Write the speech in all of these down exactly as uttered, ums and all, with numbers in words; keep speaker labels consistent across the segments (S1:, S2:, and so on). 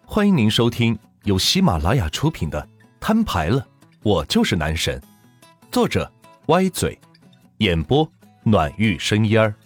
S1: 欢迎您收听由喜马拉雅出品的《摊牌了，我就是男神》，作者歪嘴，演播暖玉生烟儿。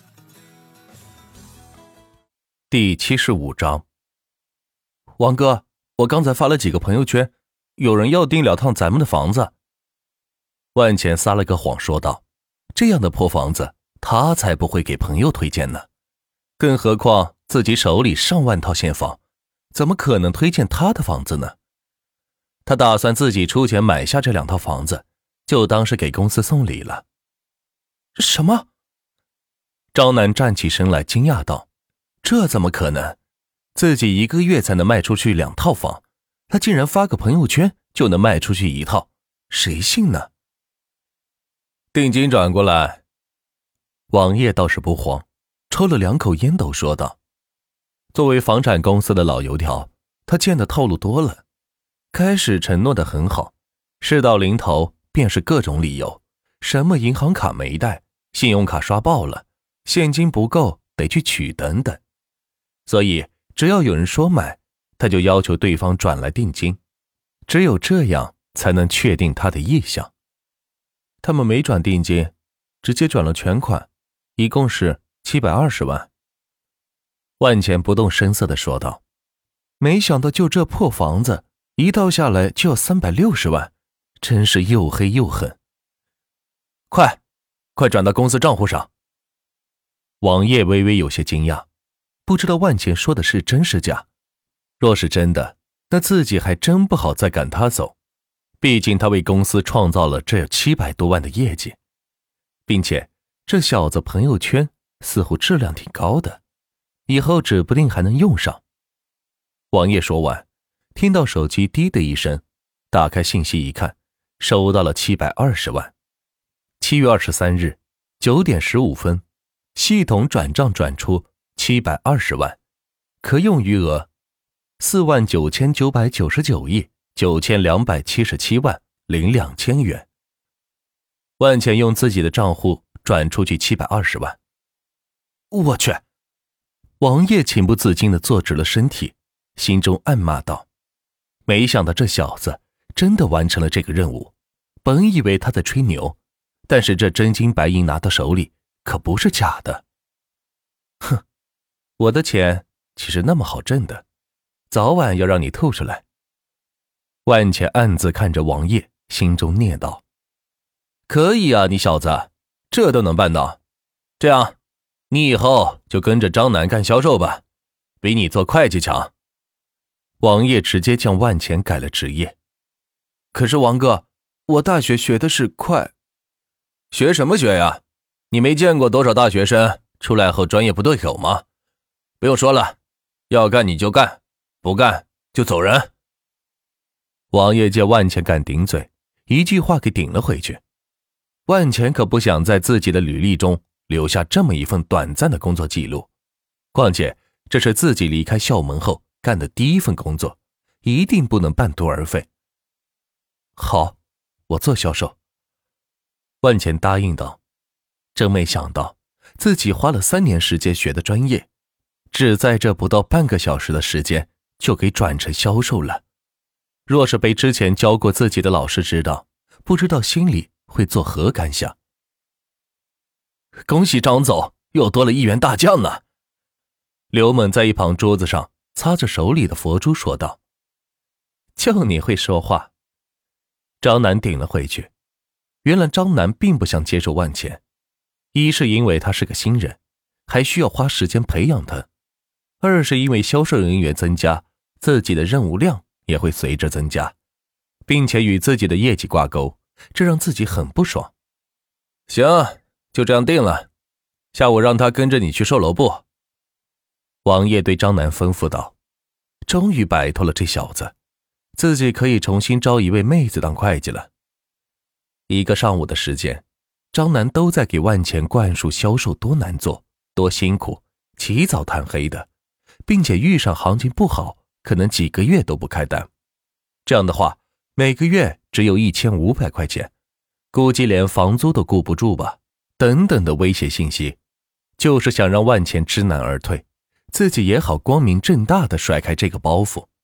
S1: 第七十五章。王哥，我刚才发了几个朋友圈，有人要订两趟咱们的房子。万钱撒了个谎说道，这样的破房子他才不会给朋友推荐呢，更何况自己手里上万套现房，怎么可能推荐他的房子呢？他打算自己出钱买下这两套房子，就当是给公司送礼了。什么？张楠站起身来惊讶道，这怎么可能？自己一个月才能卖出去两套房，他竟然发个朋友圈就能卖出去一套，谁信呢？定金转过来。王爷倒是不慌，抽了两口烟斗说道，作为房产公司的老油条，他见的套路多了，开始承诺得很好，事到临头便是各种理由，什么银行卡没带，信用卡刷爆了，现金不够得去取等等。所以只要有人说买，他就要求对方转来定金，只有这样才能确定他的意向。他们没转定金，直接转了全款，一共是七百二十万。万钱不动声色地说道，没想到就这破房子一套下来就要三百六十万，真是又黑又狠。快快转到公司账户上。王爷微微有些惊讶，不知道万钱说的是真是假，若是真的，那自己还真不好再赶他走，毕竟他为公司创造了这七百多万的业绩，并且这小子朋友圈似乎质量挺高的，以后指不定还能用上。王爷说完，听到手机滴的一声，打开信息一看，收到了七百二十万。七月二十三日九点十五分，系统转账转出七百二十万，可用余额四万九千九百九十九亿九千两百七十七万零两千元。万钱用自己的账户转出去七百二十万。我去！王爷情不自禁地坐直了身体，心中暗骂道，没想到这小子真的完成了这个任务，本以为他在吹牛，但是这真金白银拿到手里可不是假的。哼，我的钱其实那么好挣的，早晚要让你吐出来。万钱暗自看着王爷，心中念道，可以啊，你小子这都能办到，这样你以后就跟着张楠干销售吧，比你做会计强。王爷直接将万钱改了职业。可是王哥，我大学学的是会。学什么学呀？你没见过多少大学生出来后专业不对口吗？不用说了，要干你就干，不干就走人。王爷见万钱敢顶嘴，一句话给顶了回去。万钱可不想在自己的履历中留下这么一份短暂的工作记录，况且这是自己离开校门后干的第一份工作，一定不能半途而废。好，我做销售。万钱答应道，真没想到自己花了三年时间学的专业，只在这不到半个小时的时间就给转成销售了。若是被之前教过自己的老师知道，不知道心里会作何感想。恭喜张总又多了一员大将呢。刘猛在一旁桌子上擦着手里的佛珠说道，就你会说话。张楠顶了回去。原来张楠并不想接受万钱，一是因为他是个新人，还需要花时间培养他，二是因为销售人员增加，自己的任务量也会随之增加，并且与自己的业绩挂钩，这让自己很不爽。行，就这样定了，下午让他跟着你去售楼部。王爷对张楠吩咐道，终于摆脱了这小子，自己可以重新招一位妹子当会计了。一个上午的时间，张楠都在给万钱灌输销售多难做，多辛苦，起早贪黑的，并且遇上行情不好，可能几个月都不开单。这样的话，每个月只有一千五百块钱，估计连房租都顾不住吧，等等的威胁信息，就是想让万钱知难而退，自己也好光明正大地甩开这个包袱。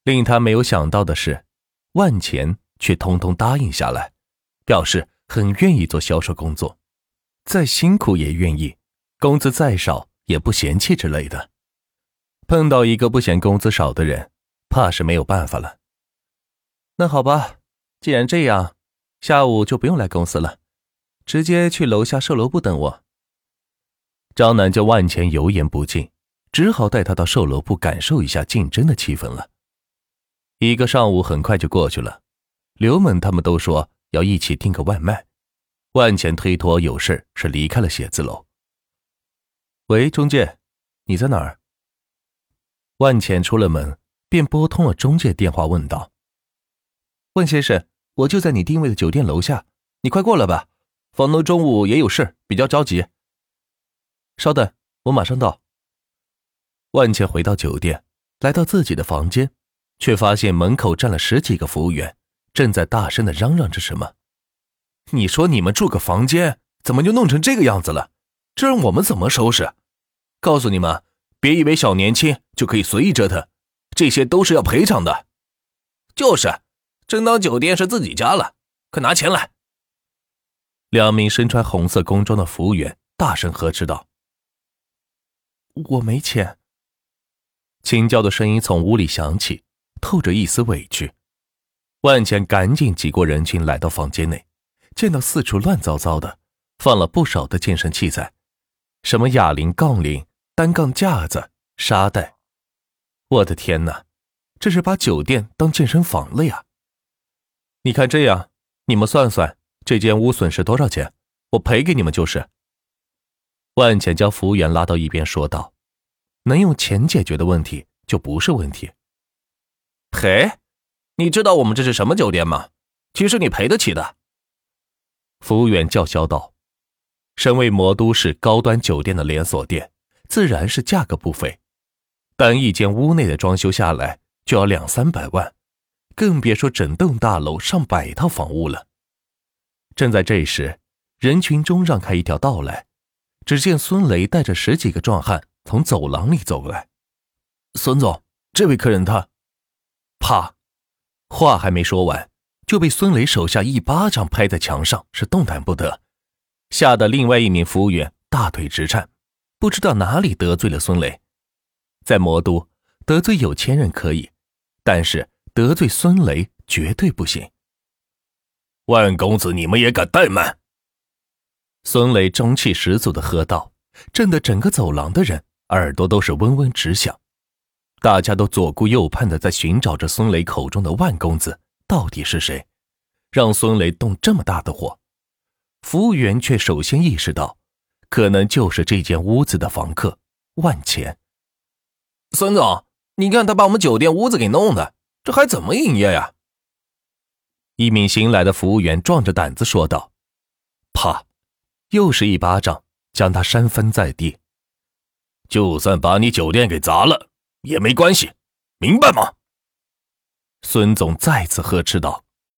S1: 令他没有想到的是，万钱却通通答应下来，表示很愿意做销售工作，再辛苦也愿意，工资再少也不嫌弃之类的。碰到一个不嫌工资少的人，怕是没有办法了。那好吧，既然这样，下午就不用来公司了，直接去楼下售楼部等我。张楠见万钱油盐不进，只好带他到售楼部感受一下竞争的气氛了。一个上午很快就过去了，刘猛他们都说要一起订个外卖，万钱推脱有事是离开了写字楼。喂，中介，你在哪儿？万钱出了门，便拨通了中介电话问道：万先生，我就在你定位的酒店楼下，你快过来吧，房东中午也有事，比较着急。稍等，我马上到。万钱回到酒店，来到自己的房间，却发现门口站了十几个服务员，正在大声地嚷嚷着什么。你说你们住个房间，怎么就弄成这个样子了？这让我们怎么收拾？告诉你们，别以为小年轻就可以随意折腾，这些都是要赔偿的。就是，真当酒店是自己家了，快拿钱来。两名身穿红色工装的服务员大声呵斥道：我没钱。青椒的声音从屋里响起，透着一丝委屈。万钱赶紧挤过人群来到房间内，见到四处乱糟糟的，放了不少的健身器材，什么哑铃、杠铃、单杠架子、沙袋。我的天哪，这是把酒店当健身房了呀！你看这样，你们算算这间屋损失多少钱，我赔给你们就是。万钱将服务员拉到一边说道：能用钱解决的问题就不是问题。赔？你知道我们这是什么酒店吗？其实你赔得起的。服务员叫嚣道。身为魔都市高端酒店的连锁店，自然是价格不菲，单一间屋内的装修下来就要两三百万，更别说整栋大楼上百套房屋了。正在这时，人群中让开一条道来，只见孙雷带着十几个壮汉从走廊里走来。孙总，这位客人他……啪！话还没说完，就被孙雷手下一巴掌拍在墙上，是动弹不得，吓得另外一名服务员大腿直颤，不知道哪里得罪了孙雷。在魔都，得罪有钱人可以，但是得罪孙雷绝对不行。万公子，你们也敢怠慢！孙雷中气十足地喝道，震得整个走廊的人耳朵都是嗡嗡直响。大家都左顾右盼地在寻找着孙雷口中的万公子到底是谁，让孙雷动这么大的火。服务员却首先意识到，可能就是这间屋子的房客万钱。孙总，你看他把我们酒店屋子给弄的，这还怎么营业呀？一名新来的服务员壮着胆子说道。啪，又是一巴掌将他扇翻在地。就算把你酒店给砸了也没关系，明白吗？孙总再次呵斥道。